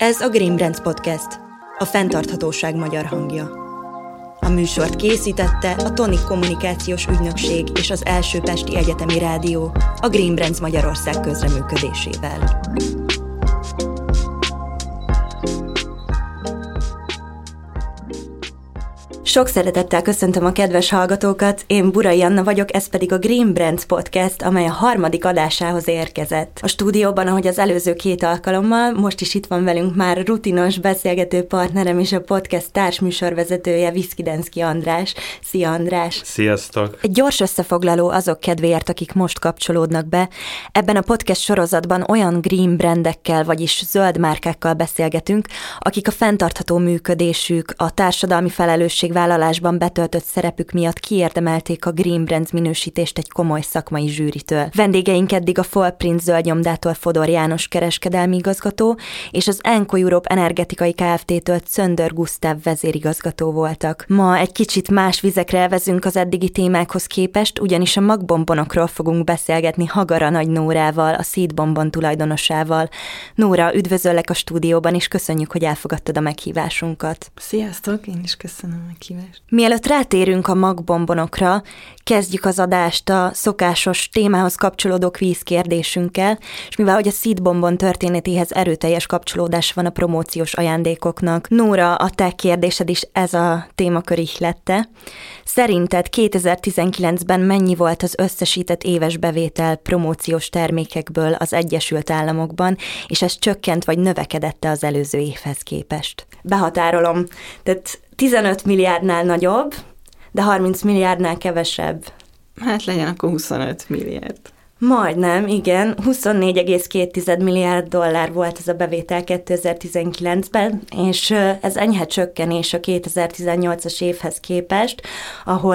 Ez a Green Brands Podcast, a fenntarthatóság magyar hangja. A műsort készítette a Tonic Kommunikációs Ügynökség és az Első Pesti Egyetemi Rádió a Green Brands Magyarország közreműködésével. Sok szeretettel köszöntöm a kedves hallgatókat, én Burai Anna vagyok, ez pedig a Green Brands Podcast, amely a 3. adásához érkezett. A stúdióban, ahogy az előző 2 alkalommal, most is itt van velünk már rutinos beszélgető partnerem és a podcast társműsorvezetője, Viszkidenszky András. Szia András! Sziasztok! Egy gyors összefoglaló azok kedvéért, akik most kapcsolódnak be. Ebben a podcast sorozatban olyan green brandekkel, vagyis zöld márkákkal beszélgetünk, akik a fenntartható működésük, a társadalmi felelősségvállalásban betöltött szerepük miatt kiérdemelték a Green Brands minősítést egy komoly szakmai zsűritől. Vendégeink eddig a Footprint zöldnyomdától Fodor János kereskedelmi igazgató, és az Enco Europe energetikai Kft-től Czöndör Gusztáv vezérigazgató voltak. Ma egy kicsit más vizekre elvezünk az eddigi témákhoz képest, ugyanis a magbombonokról fogunk beszélgetni Hagara Nagy Nórával, a Seed Bonbon tulajdonosával. Nóra, üdvözöllek a stúdióban, és köszönjük, hogy elfogadtad a meghívásunkat. Sziasztok, én is köszönöm a meghívást. Mielőtt rátérünk a magbombonokra, kezdjük az adást a szokásos témához kapcsolódó kvízkérdésünkkel, és mivel hogy a Seed Bonbon történetéhez erőteljes kapcsolódás van a promóciós ajándékoknak, Nóra, a te kérdésed is ez a témakör ihlette. Szerinted 2019-ben mennyi volt az összesített éves bevétel promóciós termékekből az Egyesült Államokban, és ez csökkent vagy növekedett az előző évhez képest? Behatárolom, tehát 15 milliárdnál nagyobb, de 30 milliárdnál kevesebb. Hát legyen akkor 25 milliárd. Majdnem, igen. 24,2 milliárd dollár volt ez a bevétel 2019-ben, és ez enyhe csökkenés a 2018-as évhez képest, ahol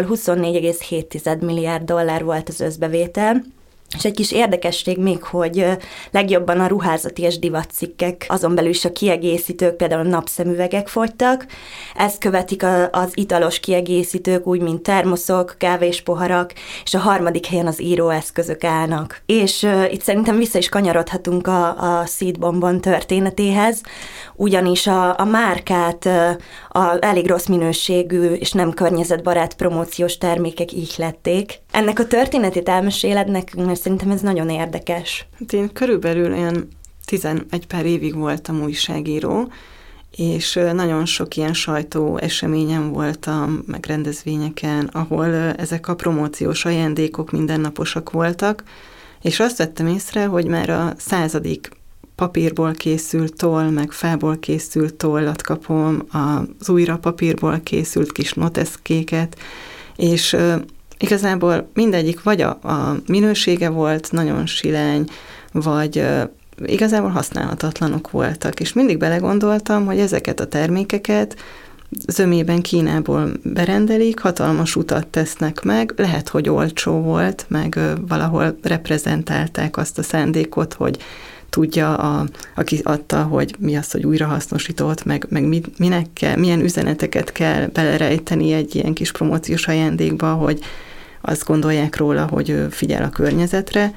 24,7 milliárd dollár volt az összbevétel. És egy kis érdekesség még, hogy legjobban a ruházati és divatcikkek, azon belül is a kiegészítők, például a napszemüvegek fogytak. Ezt követik az italos kiegészítők, úgy mint termoszok, kávéspoharak, és a 3. helyen az íróeszközök állnak. És itt szerintem vissza is kanyarodhatunk a Seed Bonbon történetéhez, ugyanis a márkát a elég rossz minőségű és nem környezetbarát promóciós termékek ihlették. Ennek a történetét elmeséled nekünk, mert szerintem ez nagyon érdekes. Hát én körülbelül olyan 11 pár évig voltam újságíró, és nagyon sok ilyen sajtó eseményen voltam, meg rendezvényeken, ahol ezek a promóciós ajándékok mindennaposak voltak, és azt vettem észre, hogy már a 100. papírból készült toll, meg fából készült tollat kapom, az újra papírból készült kis noteszkéket, és igazából mindegyik vagy a minősége volt nagyon silány, vagy igazából használhatatlanok voltak, és mindig belegondoltam, hogy ezeket a termékeket zömében Kínából berendelik, hatalmas utat tesznek meg, lehet, hogy olcsó volt, meg valahol reprezentálták azt a szándékot, hogy tudja, aki adta, hogy mi az, hogy újrahasznosított, meg minek kell, milyen üzeneteket kell belerejteni egy ilyen kis promóciós ajándékba, hogy azt gondolják róla, hogy figyel a környezetre,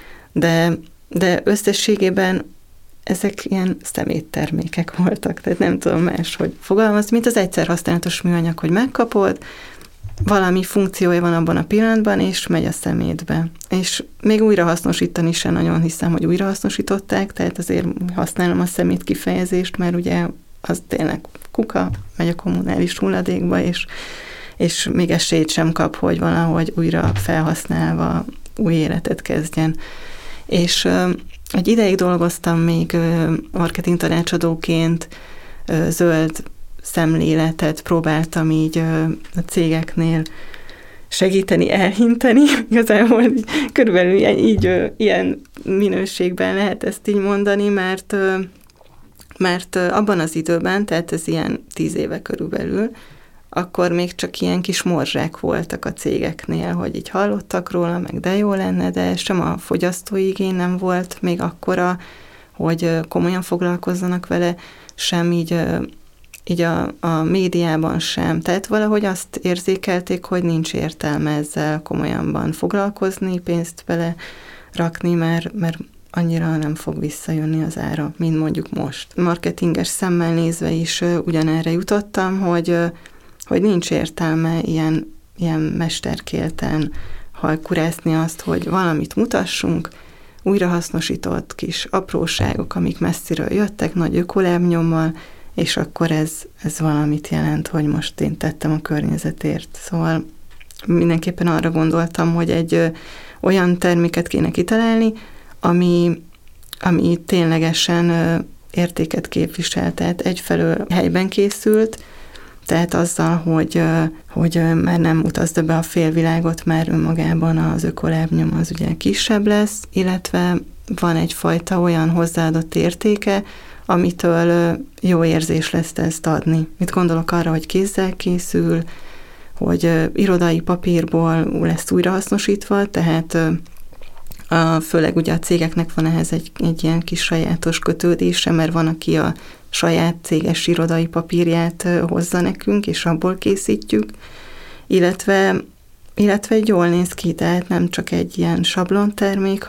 de összességében ezek ilyen szeméttermékek voltak, tehát nem tudom máshogy fogalmazni, mint az egyszer használatos műanyag, hogy megkapod, valami funkciója van abban a pillanatban, és megy a szemétbe. És még újrahasznosítani sem nagyon hiszem, hogy újrahasznosították, tehát azért használom a szemét kifejezést, mert ugye az tényleg kuka, megy a kommunális hulladékba, és még esélyt sem kap, hogy valahogy újra felhasználva új életet kezdjen. És egy ideig dolgoztam még marketing tanácsadóként, zöld szemléletet próbáltam így a cégeknél segíteni, elhinteni. Igazából körülbelül ilyen minőségben lehet ezt így mondani, mert abban az időben, tehát ez ilyen 10 éve körülbelül, akkor még csak ilyen kis morzsák voltak a cégeknél, hogy így hallottak róla, meg de jó lenne, de sem a fogyasztói igény nem volt még akkora, hogy komolyan foglalkozzanak vele, sem így a médiában sem. Tehát valahogy azt érzékelték, hogy nincs értelme ezzel komolyanban foglalkozni, pénzt bele rakni, mert annyira nem fog visszajönni az ára, mint mondjuk most. Marketinges szemmel nézve is ugyanerre jutottam, hogy nincs értelme ilyen mesterkélten halkurászni azt, hogy valamit mutassunk, újrahasznosított kis apróságok, amik messziről jöttek, nagy ökolábnyommal, és akkor ez valamit jelent, hogy most én tettem a környezetért. Szóval mindenképpen arra gondoltam, hogy egy olyan terméket kéne kitalálni, ami ténylegesen értéket képvisel, tehát egyfelől helyben készült, tehát azzal, hogy már nem utazd be a félvilágot, már önmagában az ökolábnyom az ugye kisebb lesz, illetve van egyfajta olyan hozzáadott értéke, amitől jó érzés lesz ezt adni. Mit gondolok arra, hogy kézzel készül, hogy irodai papírból lesz újrahasznosítva, tehát főleg ugye a cégeknek van ehhez egy ilyen kis sajátos kötődése, mert van, aki a saját céges irodai papírját hozza nekünk, és abból készítjük, illetve jól néz ki, tehát nem csak egy ilyen sablontermék,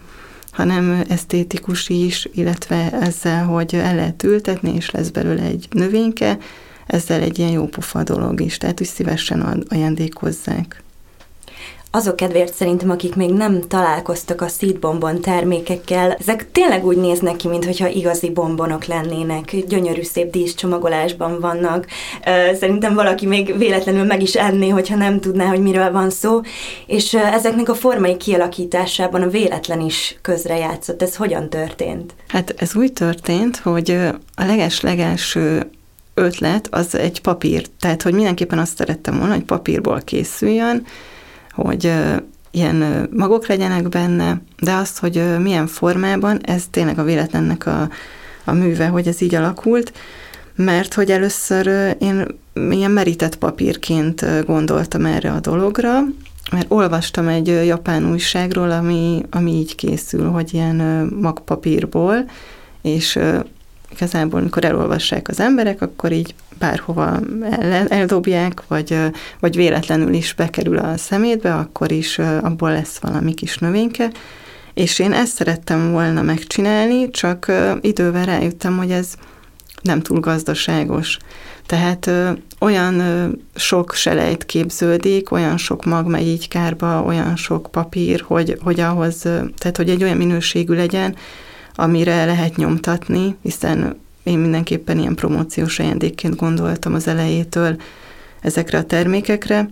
hanem esztétikus is, illetve ezzel, hogy el lehet ültetni, és lesz belőle egy növényke, ezzel egy ilyen jópofa dolog is, tehát úgy szívesen ajándékozzák. Azok kedvéért szerintem, akik még nem találkoztak a Seed Bonbon termékekkel, ezek tényleg úgy néznek ki, mintha igazi bombonok lennének, gyönyörű szép díszcsomagolásban vannak. Szerintem valaki még véletlenül meg is enné, hogyha nem tudná, hogy miről van szó, és ezeknek a formai kialakításában a véletlen is közrejátszott. Ez hogyan történt? Hát ez úgy történt, hogy a leges-legelső ötlet az egy papír, tehát hogy mindenképpen azt szerettem volna, hogy papírból készüljön, hogy ilyen magok legyenek benne, de azt, hogy milyen formában, ez tényleg a véletlennek a műve, hogy ez így alakult, mert hogy először én ilyen merített papírként gondoltam erre a dologra, mert olvastam egy japán újságról, ami így készül, hogy ilyen magpapírból, és igazából, amikor elolvassák az emberek, akkor így bárhova eldobják, vagy véletlenül is bekerül a szemétbe, akkor is abból lesz valami kis növényke. És én ezt szerettem volna megcsinálni, csak idővel rájöttem, hogy ez nem túl gazdaságos. Tehát olyan sok selejt képződik, olyan sok mag megy így kárba, olyan sok papír, hogy ahhoz, tehát hogy egy olyan minőségű legyen, amire lehet nyomtatni, hiszen én mindenképpen ilyen promóciós ajándékként gondoltam az elejétől ezekre a termékekre,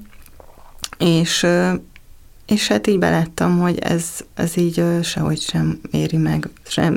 és hát így beláttam, hogy ez így sehogy sem éri meg,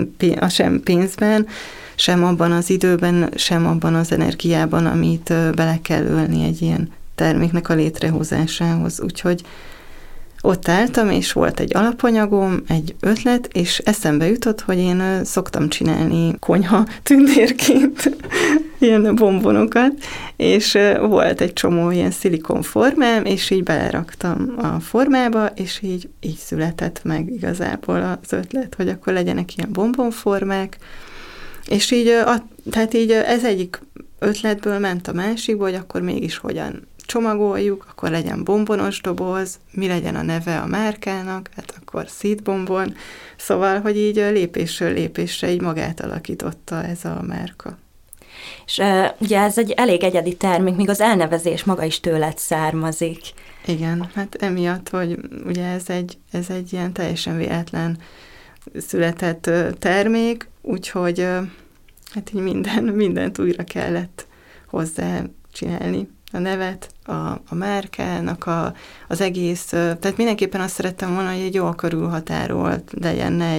sem pénzben, sem abban az időben, sem abban az energiában, amit bele kell ölni egy ilyen terméknek a létrehozásához. Úgyhogy ott álltam, és volt egy alapanyagom, egy ötlet, és eszembe jutott, hogy én szoktam csinálni konyha tündérként ilyen bombonokat, és volt egy csomó ilyen szilikonformám, és így beleraktam a formába, és így született meg igazából az ötlet, hogy akkor legyenek ilyen bombonformák, és tehát így ez egyik ötletből ment a másikba, hogy akkor mégis hogyan csomagoljuk, akkor legyen bombonos doboz, mi legyen a neve a márkának, hát akkor Seed Bonbon, szóval, hogy így lépésről lépésre így magát alakította ez a márka. És ugye ez egy elég egyedi termék, míg az elnevezés maga is tőled származik. Igen, hát emiatt, hogy ugye ez egy ilyen teljesen véletlen született termék, úgyhogy hát így mindent újra kellett hozzá csinálni. A nevet, a márkának, az egész, tehát mindenképpen azt szerettem volna, hogy egy jól körülhatárolt legyen, ne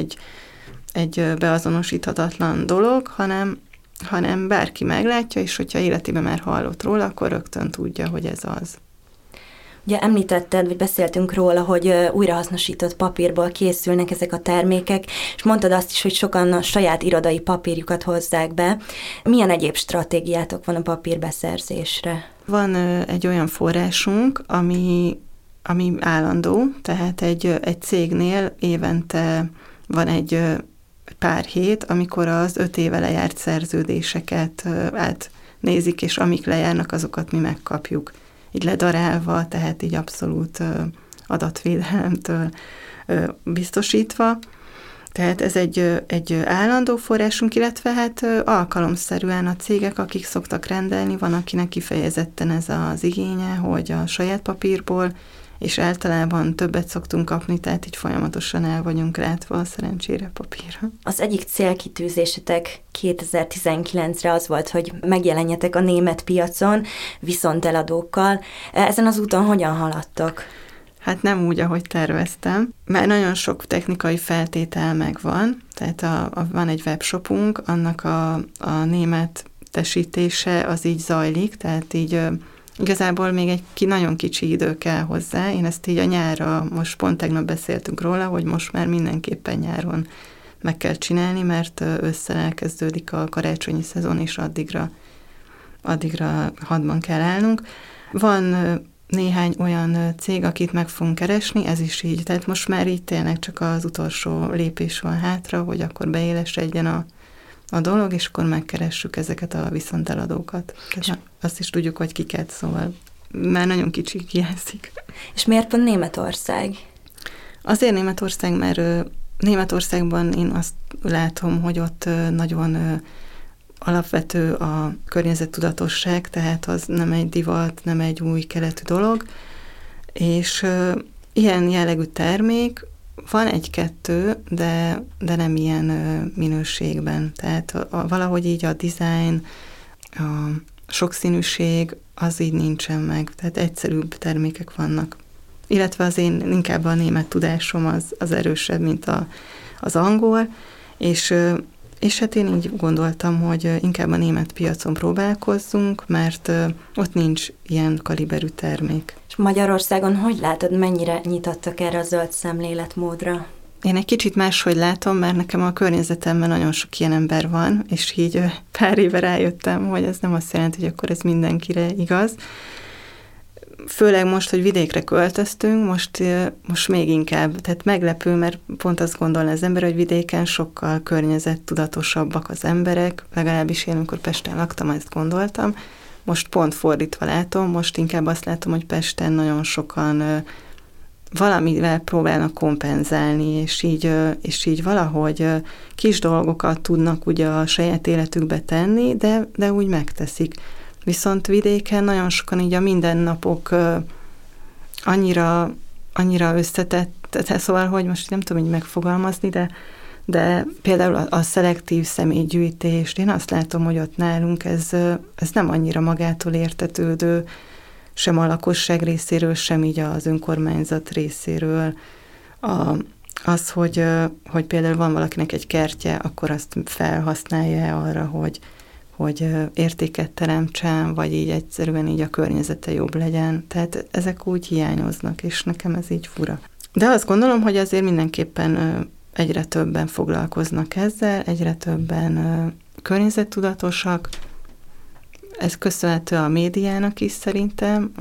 egy beazonosíthatatlan dolog, hanem bárki meglátja, és hogyha életében már hallott róla, akkor rögtön tudja, hogy ez az. Ugye említetted, vagy beszéltünk róla, hogy újrahasznosított papírból készülnek ezek a termékek, és mondtad azt is, hogy sokan a saját irodai papírjukat hozzák be. Milyen egyéb stratégiátok van a papírbeszerzésre? Van egy olyan forrásunk, ami állandó, tehát egy cégnél évente van egy pár hét, amikor az 5 éve lejárt szerződéseket átnézik, és amik lejárnak, azokat mi megkapjuk. Így ledarálva, tehát így abszolút adatvédelemtől biztosítva. Tehát ez egy állandó forrásunk, illetve hát alkalomszerűen a cégek, akik szoktak rendelni, van, akinek kifejezetten ez az igénye, hogy a saját papírból, és általában többet szoktunk kapni, tehát így folyamatosan el vagyunk rátva a szerencsére papírra. Az egyik célkitűzésetek 2019-re az volt, hogy megjelenjetek a német piacon, viszonteladókkal. Ezen az úton hogyan haladtok? Hát nem úgy, ahogy terveztem, mert nagyon sok technikai feltétel megvan, tehát van egy webshopunk, annak a németesítése az így zajlik, tehát így igazából még egy nagyon kicsi idő kell hozzá. Én ezt így a nyárra, most pont tegnap beszéltünk róla, hogy most már mindenképpen nyáron meg kell csinálni, mert ősszel elkezdődik a karácsonyi szezon, és addigra hadban kell állnunk. Van néhány olyan cég, akit meg fogunk keresni, ez is így. Tehát most már így tényleg csak az utolsó lépés van hátra, hogy akkor beélesedjen a dolog, és akkor megkeressük ezeket a viszonteladókat. Azt is tudjuk, hogy kiket, szóval már nagyon kicsi hiányzik. És miért pont Németország? Azért Németország, mert Németországban én azt látom, hogy ott nagyon alapvető a környezettudatosság, tehát az nem egy divat, nem egy új keletű dolog, és ilyen jellegű termék van egy-kettő, de nem ilyen minőségben. Tehát valahogy így a design, a sokszínűség, az így nincsen meg. Tehát egyszerűbb termékek vannak. Illetve az én inkább a német tudásom az erősebb, mint az angol, és hát én így gondoltam, hogy inkább a német piacon próbálkozzunk, mert ott nincs ilyen kaliberű termék. És Magyarországon hogy látod, mennyire nyitottak erre a zöld szemléletmódra? Én egy kicsit máshogy látom, mert nekem a környezetemben nagyon sok ilyen ember van, és így pár éve rájöttem, hogy ez nem azt jelenti, hogy akkor ez mindenkire igaz. Főleg most, hogy vidékre költöztünk, most még inkább, tehát meglepő, mert pont azt gondolná az ember, hogy vidéken sokkal környezettudatosabbak az emberek, legalábbis én, amikor Pesten laktam, ezt gondoltam. Most pont fordítva látom, most inkább azt látom, hogy Pesten nagyon sokan valamivel próbálnak kompenzálni, és így valahogy kis dolgokat tudnak ugye a saját életükbe tenni, de úgy megteszik. Viszont vidéken nagyon sokan így a mindennapok annyira összetett, szóval, hogy most nem tudom így megfogalmazni, de például a szelektív személygyűjtést, én azt látom, hogy ott nálunk ez nem annyira magától értetődő, sem a lakosság részéről, sem így az önkormányzat részéről. Az, hogy például van valakinek egy kertje, akkor azt felhasználja arra, hogy értéket teremtsen, vagy így egyszerűen így a környezete jobb legyen. Tehát ezek úgy hiányoznak, és nekem ez így fura. De azt gondolom, hogy azért mindenképpen egyre többen foglalkoznak ezzel, egyre többen környezettudatosak. Ez köszönhető a médiának is szerintem,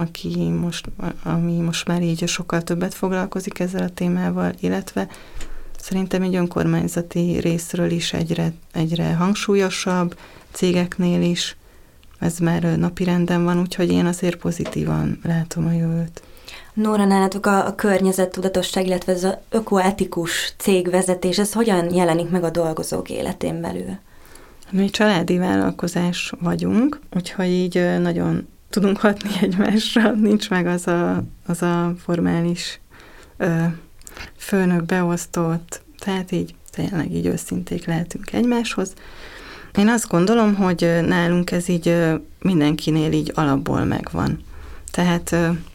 ami most már így sokkal többet foglalkozik ezzel a témával, illetve szerintem egy önkormányzati részről is egyre hangsúlyosabb, cégeknél is, ez már napirenden van, úgyhogy én azért pozitívan látom a jövőt. Nóra, nálatok a környezettudatosság, illetve ez az ökoetikus cégvezetés, ez hogyan jelenik meg a dolgozók életén belül? Mi családi vállalkozás vagyunk, úgyhogy így nagyon tudunk hatni egymásra, nincs meg az a formális főnök beosztott, tehát így tényleg így őszinték lehetünk egymáshoz. Én azt gondolom, hogy nálunk ez így mindenkinél így alapból megvan. Tehát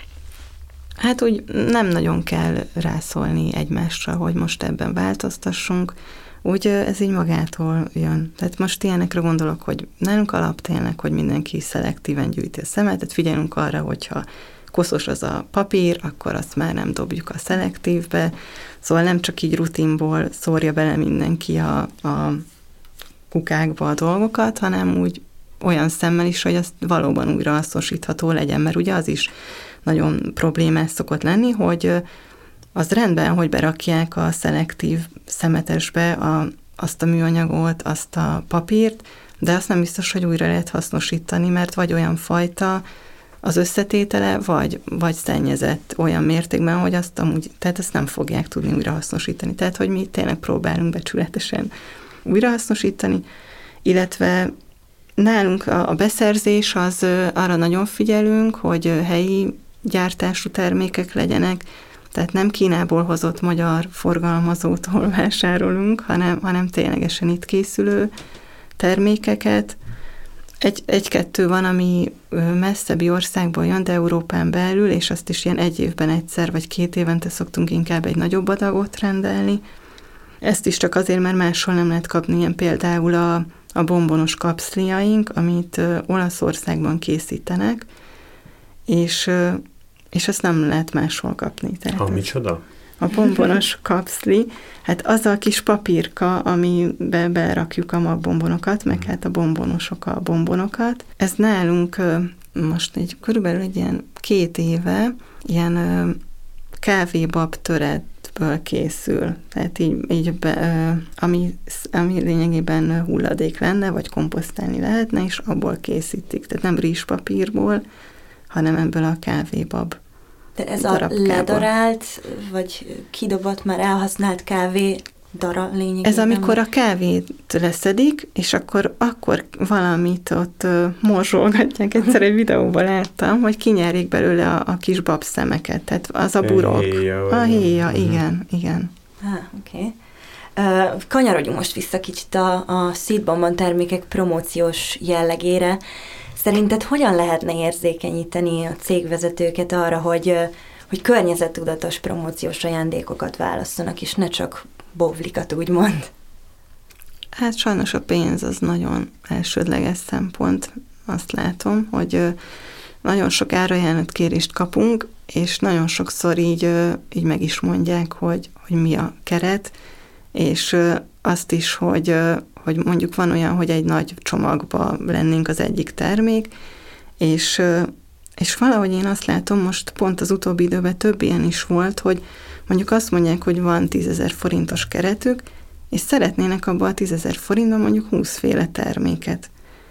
hát úgy nem nagyon kell rászólni egymásra, hogy most ebben változtassunk, úgy ez így magától jön. Tehát most ilyenekre gondolok, hogy nálunk alap tényleg, hogy mindenki szelektíven gyűjti a szemet, tehát figyelünk arra, hogyha koszos az a papír, akkor azt már nem dobjuk a szelektívbe, szóval nem csak így rutinból szórja bele mindenki a kukákba a dolgokat, hanem úgy olyan szemmel is, hogy az valóban újrahasznosítható legyen, mert ugye az is nagyon problémás szokott lenni, hogy az rendben, hogy berakják a szelektív szemetesbe azt a műanyagot, azt a papírt, de azt nem biztos, hogy újra lehet hasznosítani, mert vagy olyan fajta, az összetétele, vagy szennyezett olyan mértékben, hogy azt amúgy, tehát ezt nem fogják tudni újrahasznosítani. Tehát, hogy mi tényleg próbálunk becsületesen újrahasznosítani, illetve nálunk a beszerzés az arra nagyon figyelünk, hogy helyi gyártású termékek legyenek, tehát nem Kínából hozott magyar forgalmazótól vásárolunk, hanem ténylegesen itt készülő termékeket. Egy-kettő van, ami messzebbi országból jön, de Európán belül, és azt is ilyen 1 évben egyszer, vagy 2 évente szoktunk inkább egy nagyobb adagot rendelni. Ezt is csak azért, mert máshol nem lehet kapni, ilyen például a bombonos kapszliaink, amit Olaszországban készítenek, és ezt nem lehet máshol kapni. Tehát micsoda? A bombonos kapszli, hát az a kis papírka, amibe berakjuk a magbombonokat, meg hát a bombonosok a bombonokat. Ez nálunk most körülbelül egy ilyen 2 éve ilyen kávébab töredből készül. Tehát ami lényegében hulladék lenne, vagy komposztálni lehetne, és abból készítik. Tehát nem rizspapírból, hanem ebből a kávébab. De ez a ledarált, vagy kidobott, már elhasznált kávé dara lényegében? Ez amikor a kávét leszedik, és akkor valamit ott morzsolgatják. Egyszer egy videóban láttam, hogy kinyerjék belőle a kis babszemeket. Tehát az a burok. A héja, igen. Oké. Kanyarodjunk most vissza kicsit a Seed Bonbon termékek promóciós jellegére. Szerinted hogyan lehetne érzékenyíteni a cégvezetőket arra, hogy környezettudatos promóciós ajándékokat válasszanak, és ne csak bovlikat, úgymond? Hát sajnos a pénz az nagyon elsődleges szempont. Azt látom, hogy nagyon sok árajánlat kérést kapunk, és nagyon sokszor így meg is mondják, hogy mi a keret, és azt is, hogy mondjuk van olyan, hogy egy nagy csomagba lennénk az egyik termék, és valahogy én azt látom, most pont az utóbbi időben több ilyen is volt, hogy mondjuk azt mondják, hogy van 10 000 forintos keretük, és szeretnének abban a 10 000 forintban mondjuk 20 féle terméket.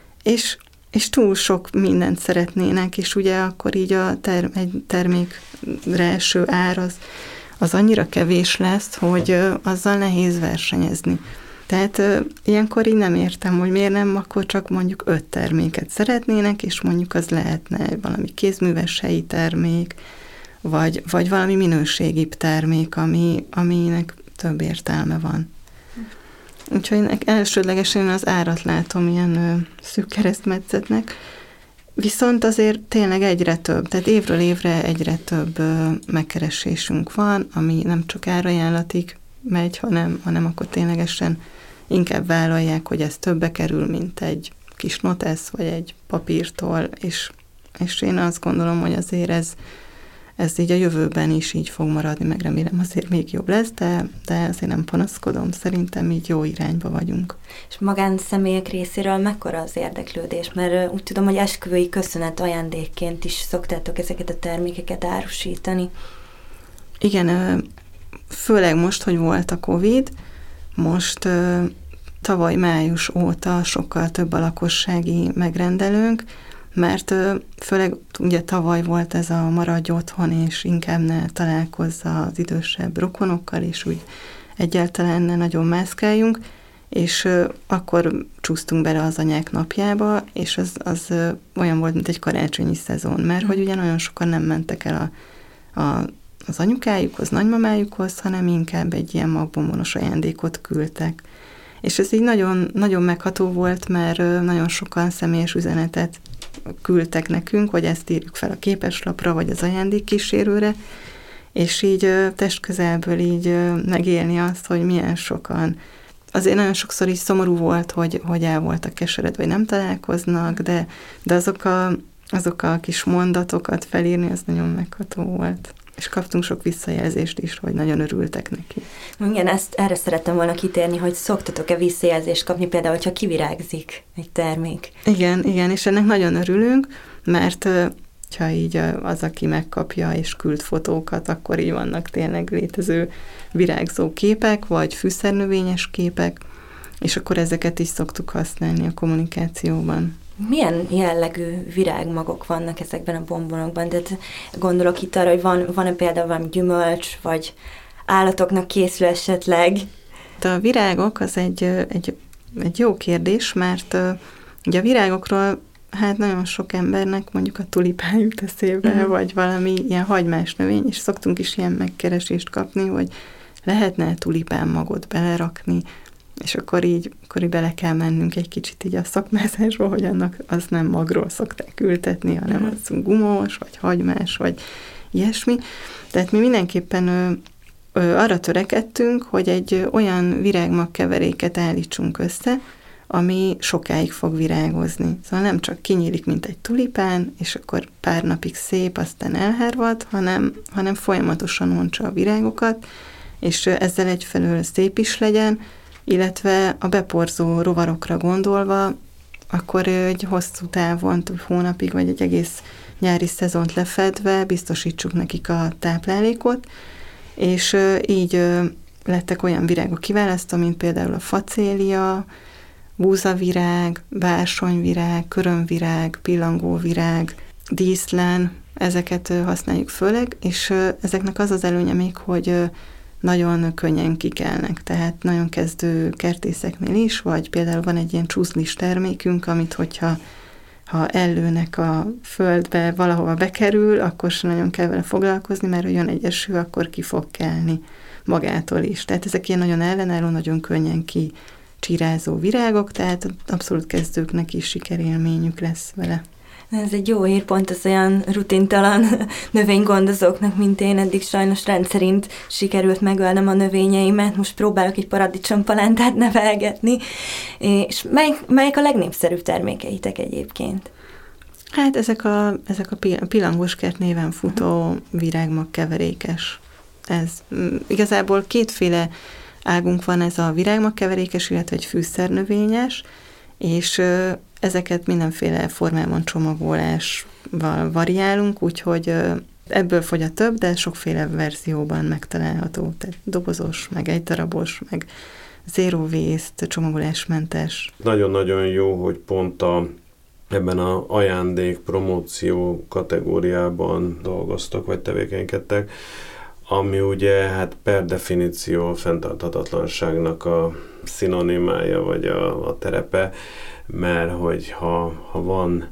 És túl sok mindent szeretnének, és ugye akkor így egy termékre eső ár az annyira kevés lesz, hogy azzal nehéz versenyezni. Tehát ilyenkor így nem értem, hogy miért nem, akkor csak mondjuk 5 terméket szeretnének, és mondjuk az lehetne valami kézműves helyi termék, vagy valami minőségibb termék, aminek több értelme van. Úgyhogy elsődlegesen az árat látom ilyen szűk keresztmetszetnek, viszont azért tényleg egyre több, tehát évről évre egyre több megkeresésünk van, ami nem csak árajánlatig megy, hanem akkor ténylegesen inkább vállalják, hogy ez többe kerül, mint egy kis notesz, vagy egy papírtól, és én azt gondolom, hogy azért ez így a jövőben is így fog maradni, meg remélem azért még jobb lesz, de azért nem panaszkodom, szerintem így jó irányba vagyunk. És magánszemélyek részéről mekkora az érdeklődés? Mert úgy tudom, hogy esküvői köszönet ajándékként is szoktátok ezeket a termékeket árusítani. Igen, főleg most, hogy volt a Covid, most tavaly május óta sokkal több a lakossági megrendelőnk, mert főleg ugye tavaly volt ez a maradj otthon, és inkább ne találkozza az idősebb rokonokkal, és úgy egyáltalán ne nagyon mászkáljunk, és akkor csúsztunk bele az anyák napjába, és az olyan volt, mint egy karácsonyi szezon, mert hogy ugye nagyon sokan nem mentek el az anyukájukhoz, nagymamájukhoz, hanem inkább egy ilyen magbombonos ajándékot küldtek. És ez így nagyon, nagyon megható volt, mert nagyon sokan személyes üzenetet küldtek nekünk, hogy ezt írjuk fel a képeslapra, vagy az ajándékkísérőre, és így testközelből így megélni azt, hogy milyen sokan. Azért nagyon sokszor is szomorú volt, hogy el voltak keseredve, vagy nem találkoznak, de azok a kis mondatokat felírni, az nagyon megható volt. És kaptunk sok visszajelzést is, hogy nagyon örültek neki. Igen, erre szerettem volna kitérni, hogy szoktatok-e visszajelzést kapni, például, hogyha kivirágzik egy termék. Igen, és ennek nagyon örülünk, mert ha így az, aki megkapja és küld fotókat, akkor így vannak tényleg létező virágzó képek, vagy fűszernövényes képek, és akkor ezeket is szoktuk használni a kommunikációban. Milyen jellegű virágmagok vannak ezekben a bombonokban? Tehát gondolok itt arra, hogy van-e például valami gyümölcs, vagy állatoknak készül esetleg? A virágok az egy jó kérdés, mert ugye a virágokról hát nagyon sok embernek mondjuk a tulipán jut eszébe, vagy valami ilyen hagymás növény, és szoktunk is ilyen megkeresést kapni, hogy lehetne tulipán magot belerakni, és akkor így bele kell mennünk egy kicsit így a szakmázásba, hogy annak az nem magról szokták ültetni, hanem az gumós, vagy hagymás, vagy ilyesmi. Tehát mi mindenképpen arra törekedtünk, hogy egy olyan virágmagkeveréket állítsunk össze, ami sokáig fog virágozni. Szóval nem csak kinyílik, mint egy tulipán, és akkor pár napig szép, aztán elhárvad, hanem folyamatosan ontsa a virágokat, és ezzel egyfelől szép is legyen, illetve a beporzó rovarokra gondolva, akkor egy hosszú távon, több hónapig, vagy egy egész nyári szezont lefedve biztosítsuk nekik a táplálékot, és így lettek olyan virágok kiválasztva, mint például a facélia, búzavirág, bársonyvirág, körömvirág, pillangóvirág, díszlen, ezeket használjuk főleg, és ezeknek az az előnye még, hogy nagyon könnyen kikelnek, tehát nagyon kezdő kertészeknél is, vagy például van egy ilyen csúszlis termékünk, amit hogyha ellőnek a földbe, valahova bekerül, akkor sem nagyon kell vele foglalkozni, mert ha jön egy eső, akkor ki fog kelni magától is. Tehát ezek ilyen nagyon ellenálló, nagyon könnyen kicsirázó virágok, tehát abszolút kezdőknek is sikerélményük lesz vele. Ez egy jó hír, pont az olyan rutintalan növénygondozóknak, mint én, eddig sajnos rendszerint sikerült megölnem a növényeimet, most próbálok egy paradicsompalántát nevelgetni, és melyik a legnépszerűbb termékeitek egyébként? Hát ezek a pillangóskert néven futó virágmagkeverékes. Ez igazából kétféle águnk van, ez a virágmagkeverékes, illetve egy fűszernövényes, és ezeket mindenféle formában csomagolásval variálunk, úgyhogy ebből fogy a több, de sokféle verzióban megtalálható. Tehát dobozos, meg egydarabos, meg zero waste, csomagolásmentes. Nagyon-nagyon jó, hogy pont ebben a ajándék promóció kategóriában dolgoztok, vagy tevékenykedtek, ami ugye hát per definíció a fenntarthatatlanságnak a szinonimája, vagy a terepe, mert hogy ha van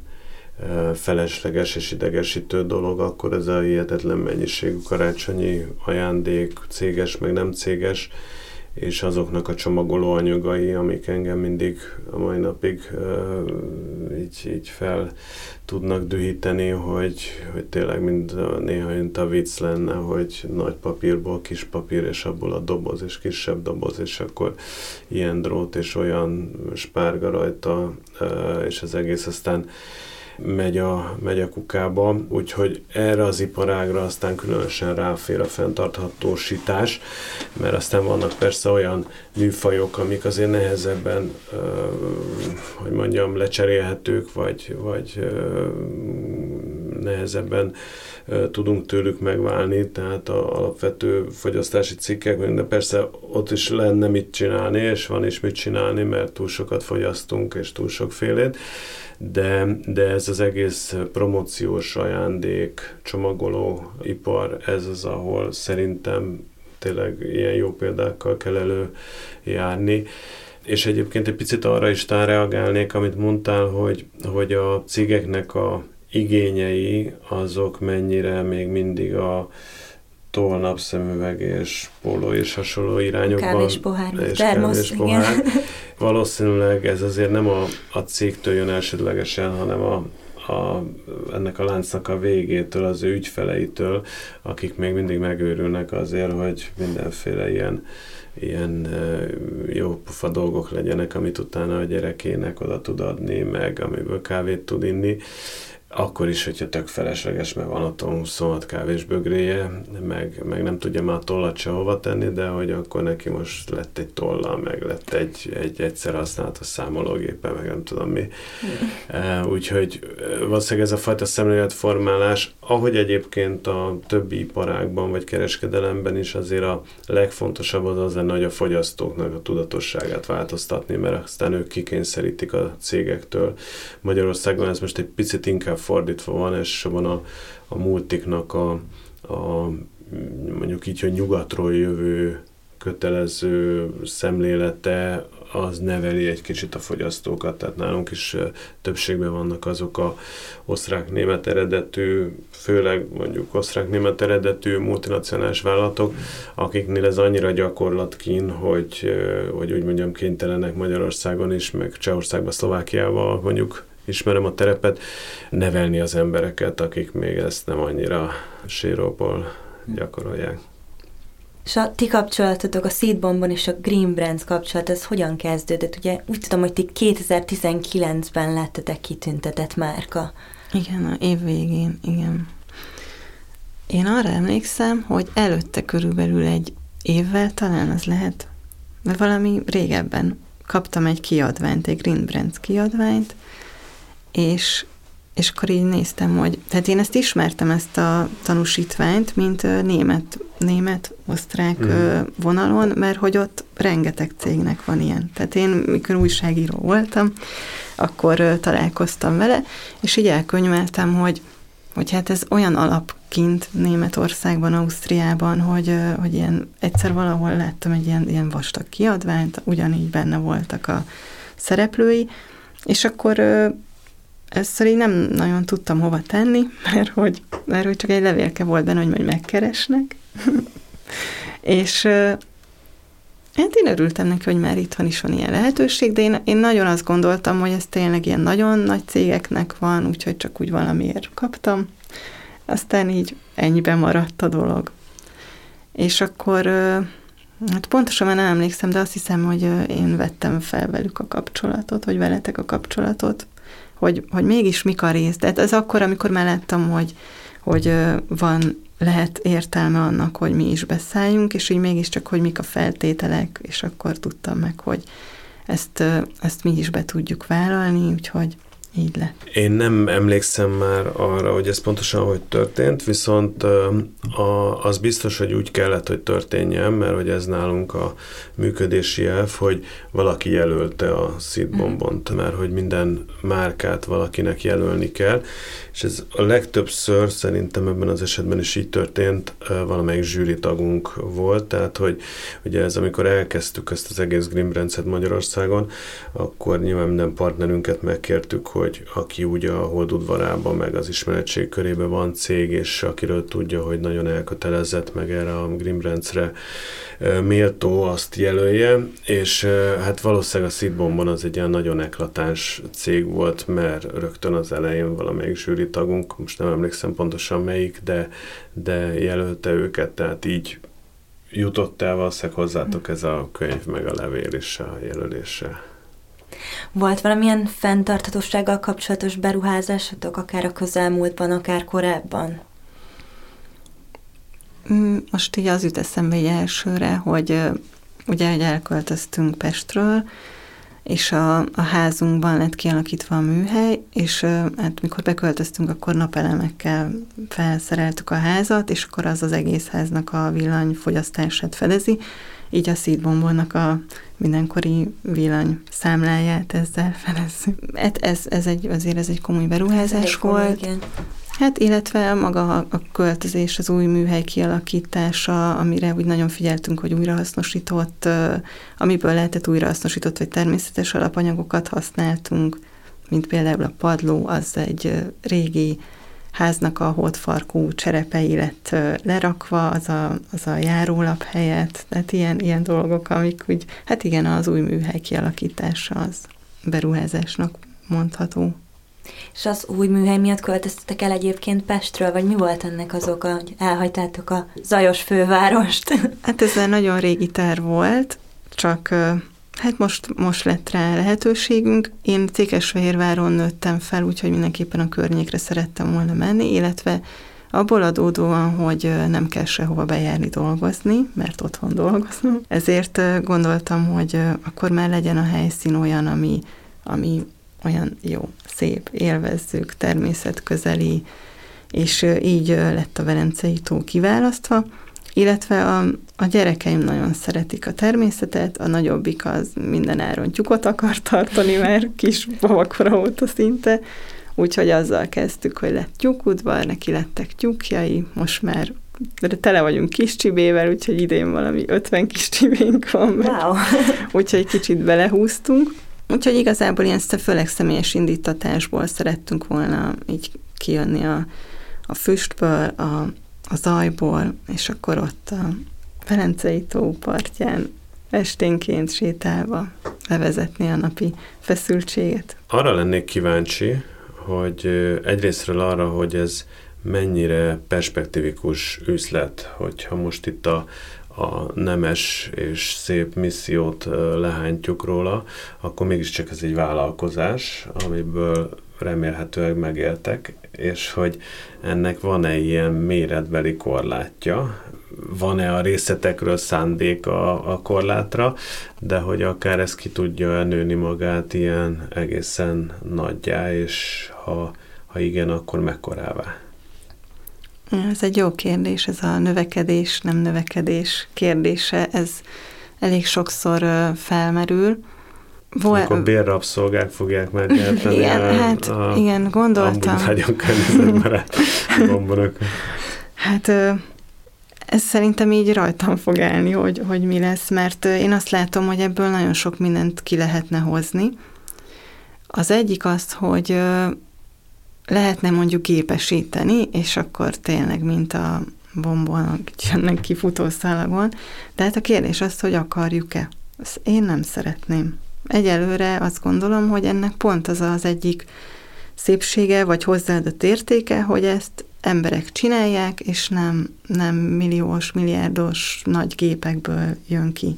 felesleges és idegesítő dolog, akkor ez a hihetetlen mennyiségű karácsonyi ajándék, céges, meg nem céges, és azoknak a csomagoló anyagai, amik engem mindig a mai napig így fel tudnak dühíteni, hogy tényleg néha mint a vicc lenne, hogy nagy papírból kis papír, és abból a doboz, és kisebb doboz, és akkor ilyen drót, és olyan spárga rajta, és az egész aztán megy a kukába, úgyhogy erre az iparágra aztán különösen ráfér a fenntarthatósítás, mert aztán vannak persze olyan műfajok, amik azért nehezebben, hogy mondjam, lecserélhetők, vagy nehezebben tudunk tőlük megválni, tehát az alapvető fogyasztási cikkek, de persze ott is lenne mit csinálni, és van is mit csinálni, mert túl sokat fogyasztunk, és túl sokfélét, de ez az egész promóciós ajándék, csomagoló ipar, ez az, ahol szerintem tényleg ilyen jó példákkal kell előjárni. És egyébként egy picit arra is reagálnék, amit mondtál, hogy a cégeknek a igényei, azok mennyire még mindig a toll, napszemüveg és póló és hasonló irányokban. Kávéspohár, termosz, igen. Valószínűleg ez azért nem a cégtől jön elsődlegesen, hanem ennek a láncnak a végétől, az ő ügyfeleitől, akik még mindig megőrülnek azért, hogy mindenféle ilyen jó pufa dolgok legyenek, amit utána a gyerekének oda tud adni, meg amiből kávét tud inni. akkor is, hogyha tök felesleges, mert van otthon 26 kávésbögréje, meg nem tudja már a tollat se hova tenni, de hogy akkor neki most lett egy tolla, meg lett egy egyszer használatos számológépe, meg nem tudom mi. Úgyhogy valószínűleg ez a fajta szemléletformálás, ahogy egyébként a többi iparágban vagy kereskedelemben is azért a legfontosabb az lenne, hogy a fogyasztóknak a tudatosságát változtatni, mert aztán ők kikényszerítik a cégektől. Magyarországon ez most egy picit inkább fordítva van, elsősorban a multiknak a mondjuk így, hogy nyugatról jövő kötelező szemlélete, az neveli egy kicsit a fogyasztókat, tehát nálunk is többségben vannak azok a osztrák-német eredetű, főleg mondjuk osztrák-német eredetű multinacionális vállalatok, akiknél ez annyira gyakorlatkín, hogy úgy mondjam kénytelenek Magyarországon is, meg Csehországban, Szlovákiában mondjuk ismerem a terepet, nevelni az embereket, akik még ezt nem annyira séróból gyakorolják. És a ti kapcsolatotok, a Seedbombon és a Green Brands kapcsolat, ez hogyan kezdődött? Ugye úgy tudom, hogy ti 2019-ben lettetek kitüntetett márka. Igen, a év végén, igen. Én arra emlékszem, hogy előtte körülbelül egy évvel talán az lehet, de valami régebben kaptam egy kiadványt, egy Green Brands kiadványt, és akkor így néztem, hogy... Tehát én ezt ismertem, ezt a tanúsítványt, mint német-osztrák vonalon, mert hogy ott rengeteg cégnek van ilyen. Tehát én, mikor újságíró voltam, akkor találkoztam vele, és így elkönyveltem, hogy hát ez olyan alapkint Németországban, Ausztriában, hogy ilyen, egyszer valahol láttam egy ilyen vastag kiadványt, ugyanígy benne voltak a szereplői, és akkor először így nem nagyon tudtam hova tenni, mert hogy csak egy levélke volt benne, hogy majd megkeresnek. És hát én örültem neki, hogy már itthon is van ilyen lehetőség, de én nagyon azt gondoltam, hogy ez tényleg ilyen nagyon nagy cégeknek van, úgyhogy csak úgy valamiért kaptam. Aztán így ennyiben maradt a dolog. És akkor, hát pontosan már nem emlékszem, de azt hiszem, hogy én vettem fel velük a kapcsolatot, vagy veletek a kapcsolatot, hogy mégis mik a rész. De ez akkor, amikor már láttam, hogy lehet értelme annak, hogy mi is beszálljunk, és így mégiscsak, hogy mik a feltételek, és akkor tudtam meg, hogy ezt mi is be tudjuk vállalni, úgyhogy így lett. Én nem emlékszem már arra, hogy ez pontosan hogy történt, viszont az biztos, hogy úgy kellett, hogy történjen, mert hogy ez nálunk a működési elv, hogy valaki jelölte a Seedbombont, mert hogy minden márkát valakinek jelölni kell, és ez a legtöbbször szerintem ebben az esetben is így történt, valamelyik zsűritagunk volt, tehát hogy ugye ez, amikor elkezdtük ezt az egész Green Brands-et Magyarországon, akkor nyilván minden partnerünket megkértük, hogy aki ugye a Hold udvarában, meg az ismeretség körében van cég, és akiről tudja, hogy nagyon elkötelezett, meg erre a Green Brands-re méltó, azt jelölje, és hát valószínűleg a Seedbombon az egy ilyen nagyon eklatáns cég volt, mert rögtön az elején valamelyik zsűritagunk, most nem emlékszem pontosan melyik, de jelölte őket, tehát így jutott el valószínűleg hozzátok ez a könyv, meg a levél és a jelölése. Volt valamilyen fenntarthatósággal kapcsolatos beruházásotok, akár a közelmúltban, akár korábban? Most így az jut eszembe egy elsőre, hogy ugye elköltöztünk Pestről, és a házunkban lett kialakítva a műhely, és hát mikor beköltöztünk, akkor napelemekkel felszereltük a házat, és akkor az egész háznak a villanyfogyasztását fedezi, így a Seedbombonnak a mindenkori villanyszámláját ezzel felezzük. Hát azért ez egy komoly beruházás volt. Igen. Hát, illetve maga a költözés, az új műhely kialakítása, amire úgy nagyon figyeltünk, hogy újrahasznosított, amiből lehetett újrahasznosított, vagy természetes alapanyagokat használtunk, mint például a padló, az egy régi háznak a hódfarkú cserepei lett lerakva, az a járólap helyett, tehát ilyen dolgok, amik úgy, hát igen, az új műhely kialakítása az beruházásnak mondható. És az új műhely miatt költöztetek el egyébként Pestről, vagy mi volt ennek az oka, hogy elhagytátok a zajos fővárost? Hát ez egy nagyon régi terv volt, csak Hát most lett rá lehetőségünk. Én Székesfehérváron nőttem fel, úgyhogy mindenképpen a környékre szerettem volna menni, illetve abból adódóan, hogy nem kell sehova bejárni dolgozni, mert otthon dolgozom. Ezért gondoltam, hogy akkor már legyen a helyszín olyan, ami olyan jó, szép, élvezzük, természetközeli, és így lett a Velencei tó kiválasztva, illetve a gyerekeim nagyon szeretik a természetet, a nagyobbik az minden áron tyúkot akar tartani, már kis babakora óta szinte, úgyhogy azzal kezdtük, hogy lett tyúkudvar, neki lettek tyúkjai, most már tele vagyunk kis csibével, úgyhogy idén valami 50 kis csibénk van. Wow. Úgyhogy kicsit belehúztunk. Úgyhogy igazából ilyen főleg személyes indítatásból szerettünk volna így kijönni a füstből, a zajból, és akkor ott a Velencei tó partján esténként sétálva levezetni a napi feszültséget. Arra lennék kíváncsi, hogy egyrésztről arra, hogy ez mennyire perspektívikus üzlet, hogyha most itt a nemes és szép missziót lehánytjuk róla, akkor mégiscsak ez egy vállalkozás, amiből remélhetőleg megéltek, és hogy ennek van-e ilyen méretbeli korlátja, van-e a részletekről szándék a korlátra, de hogy akár ez ki tudja nőni magát ilyen egészen nagyjá, és ha igen, akkor mekkorává? Ez egy jó kérdés, ez a növekedés, nem növekedés kérdése, ez elég sokszor felmerül. Akkor bérrabszolgák fogják megnyerteni igen, gondoltam. Amúgy nagyon környezetbarát bombonok. Hát ez szerintem így rajtam fog állni, hogy mi lesz, mert én azt látom, hogy ebből nagyon sok mindent ki lehetne hozni. Az egyik az, hogy lehetne mondjuk gépesíteni, és akkor tényleg, mint a bombon, jönnek ki futószalagon, de hát a kérdés az, hogy akarjuk-e. Ezt én nem szeretném. Egyelőre azt gondolom, hogy ennek pont az egyik szépsége, vagy hozzáadott értéke, hogy ezt emberek csinálják, és nem milliós, milliárdos nagy gépekből jön ki.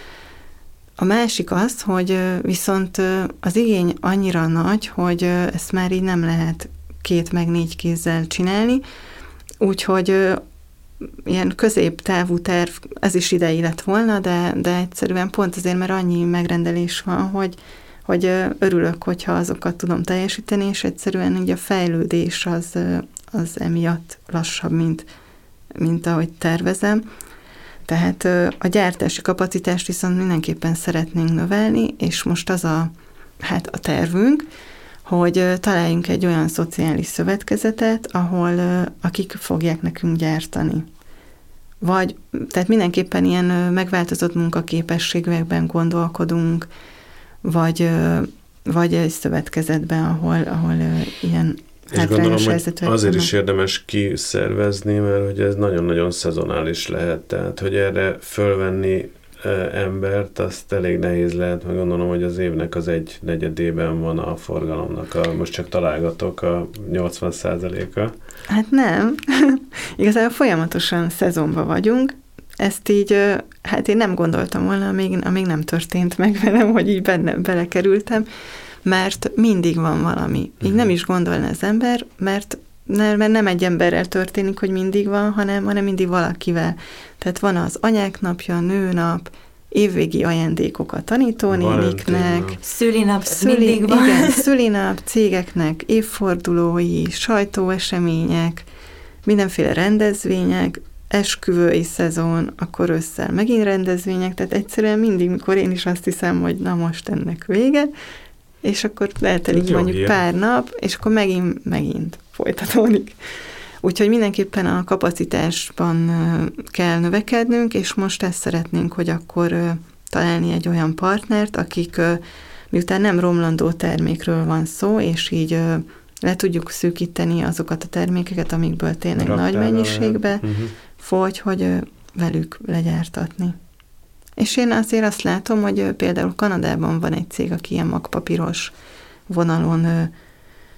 A másik az, hogy viszont az igény annyira nagy, hogy ezt már így nem lehet 2 meg 4 kézzel csinálni, úgyhogy ilyen középtávú terv, ez is idei lett volna, de egyszerűen pont azért, mert annyi megrendelés van, hogy örülök, hogyha azokat tudom teljesíteni, és egyszerűen így a fejlődés az emiatt lassabb, mint ahogy tervezem. Tehát a gyártási kapacitást viszont mindenképpen szeretnénk növelni, és most az a tervünk, hogy találjunk egy olyan szociális szövetkezetet, akik fogják nekünk gyártani. Tehát mindenképpen ilyen megváltozott munkaképességekben gondolkodunk, vagy egy szövetkezetben, ahol ilyen és gondolom, hogy azért is érdemes kiszervezni, mert hogy ez nagyon-nagyon szezonális lehet, tehát hogy erre fölvenni embert, azt elég nehéz lehet, meg gondolom, hogy az évnek az 1/4 van a forgalomnak, most csak találgatok, a 80%-a. Hát nem. Igazából folyamatosan szezonban vagyunk. Ezt így, hát én nem gondoltam volna, amíg nem történt meg velem, hogy így belekerültem, mert mindig van valami. Így nem is gondolna az ember, mert nem egy emberrel történik, hogy mindig van, hanem mindig valakivel. Tehát van az anyák napja, nőnap, évvégi ajándékok a tanítónéniknek. Szülinap mindig van. Igen, szülinap, cégeknek, évfordulói, sajtóesemények, mindenféle rendezvények, esküvői szezon, akkor ősszel megint rendezvények, tehát egyszerűen mindig, mikor én is azt hiszem, hogy na most ennek vége, és akkor eltelik mondjuk pár nap, és akkor megint folytatódik. Úgyhogy mindenképpen a kapacitásban kell növekednünk, és most ezt szeretnénk, hogy akkor találni egy olyan partnert, akik miután nem romlandó termékről van szó, és így le tudjuk szűkíteni azokat a termékeket, amikből tényleg nagy mennyiségbe fogy, hogy velük legyártatni. És én azért azt látom, hogy például Kanadában van egy cég, aki ilyen magpapíros vonalon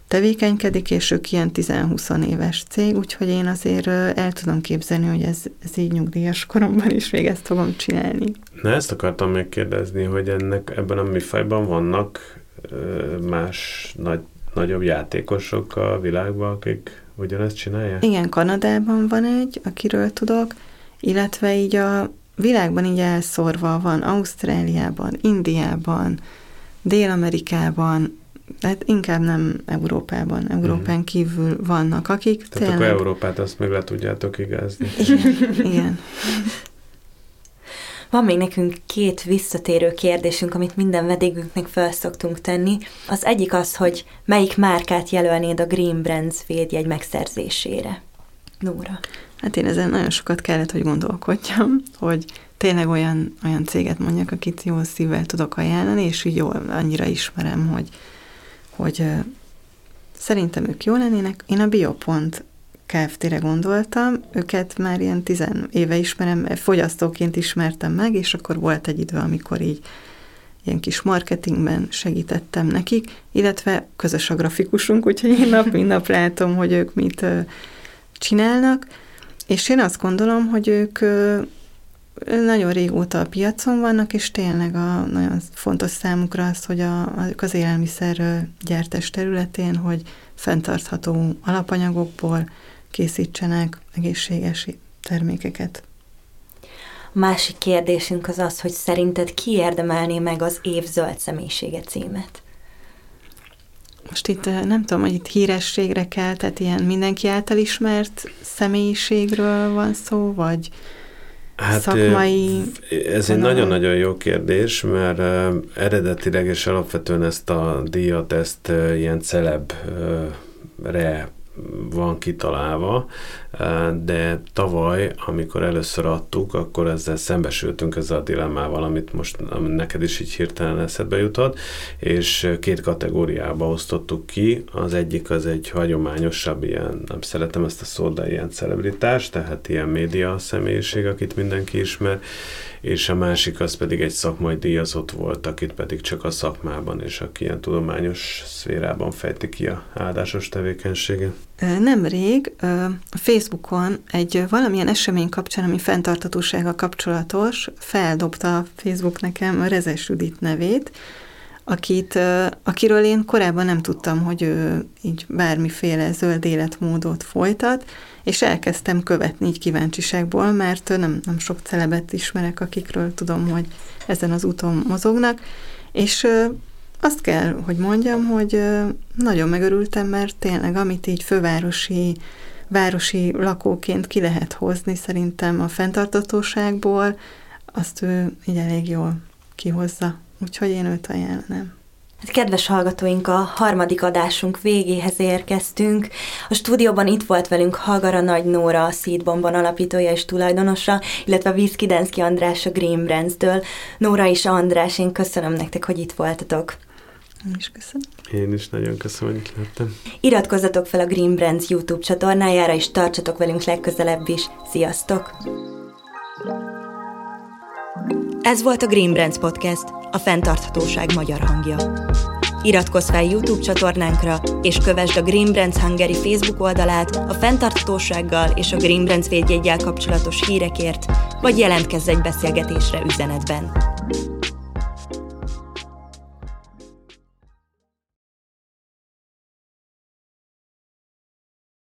tevékenykedik, és ők ilyen 10-20 éves cég, úgyhogy én azért el tudom képzelni, hogy ez így nyugdíjas koromban is még ezt fogom csinálni. Na, ezt akartam még kérdezni, hogy ebben a műfajban vannak más nagyobb játékosok a világban, akik ugyanezt csinálják? Igen, Kanadában van egy, akiről tudok, illetve így a világban így elszórva van Ausztráliában, Indiában, Dél-Amerikában, tehát inkább nem Európában. Európán kívül vannak, akik tehát tényleg... akkor Európát azt meg le tudjátok igázni. Igen. Van még nekünk 2 visszatérő kérdésünk, amit minden vendégünknek fel szoktunk tenni. Az egyik az, hogy melyik márkát jelölnéd a Green Brands védjegy megszerzésére? Nóra. Hát én ezen nagyon sokat kellett, hogy gondolkodjam, hogy tényleg olyan céget mondjak, akit jól szívvel tudok ajánlani, és így jól annyira ismerem, hogy szerintem ők jó lennének. Én a Biopont Kft-re gondoltam, őket már ilyen 10 éve ismerem, fogyasztóként ismertem meg, és akkor volt egy idő, amikor így ilyen kis marketingben segítettem nekik, illetve közös a grafikusunk, úgyhogy én nap mint nap látom, hogy ők mit csinálnak, és én azt gondolom, hogy ők nagyon régóta a piacon vannak, és tényleg nagyon fontos számukra az, hogy az élelmiszer gyártás területén, hogy fenntartható alapanyagokból készítsenek egészséges termékeket. A másik kérdésünk az az, hogy szerinted ki érdemelné meg az év zöld személyisége címet? Most itt nem tudom, hogy itt hírességre kell, tehát ilyen mindenki által ismert személyiségről van szó, vagy szakmai... Ez egy nagyon-nagyon jó kérdés, mert eredetileg és alapvetően ezt a díjat, ezt ilyen celebre van kitalálva, de tavaly, amikor először adtuk, akkor ezzel szembesültünk ezzel a dilemmával, amit most neked is így hirtelen eszedbe jutott, és 2 kategóriába osztottuk ki. Az egyik az egy hagyományosabb, ilyen, nem szeretem ezt a szót, de ilyen celebritás, tehát ilyen média személyiség, akit mindenki ismer, és a másik az pedig egy szakmai díjazott volt, akit pedig csak a szakmában és aki ilyen tudományos szférában fejti ki a áldásos tevékenységet. Nemrég a Facebookon egy valamilyen esemény kapcsán, ami fenntarthatósággal kapcsolatos, feldobta a Facebook nekem a Rezes Judit nevét, akiről én korábban nem tudtam, hogy ő így bármiféle zöld életmódot folytat, és elkezdtem követni így kíváncsiságból, mert nem sok celebet ismerek, akikről tudom, hogy ezen az úton mozognak, és azt kell, hogy mondjam, hogy nagyon megörültem, mert tényleg, amit így városi lakóként ki lehet hozni szerintem a fenntarthatóságból, azt ő így elég jól kihozza. Úgyhogy én őt ajánlanám. Kedves hallgatóink, a 3. adásunk végéhez érkeztünk. A stúdióban itt volt velünk Hagara Nagy Nóra, a Seedbomban alapítója és tulajdonosa, illetve Viszkidenszky András a Green Brands-től. Nóra és András, én köszönöm nektek, hogy itt voltatok. Én is köszönöm. Én is nagyon köszönöm, hogy itt lettem. Iratkozzatok fel a Green Brands YouTube csatornájára, és tartsatok velünk legközelebb is. Sziasztok! Ez volt a Green Brands Podcast, a fenntarthatóság magyar hangja. Iratkozz fel YouTube csatornánkra, és kövesd a Green Brands Hungary Facebook oldalát a fenntarthatósággal és a Green Brands védjeggyel kapcsolatos hírekért, vagy jelentkezz egy beszélgetésre üzenetben.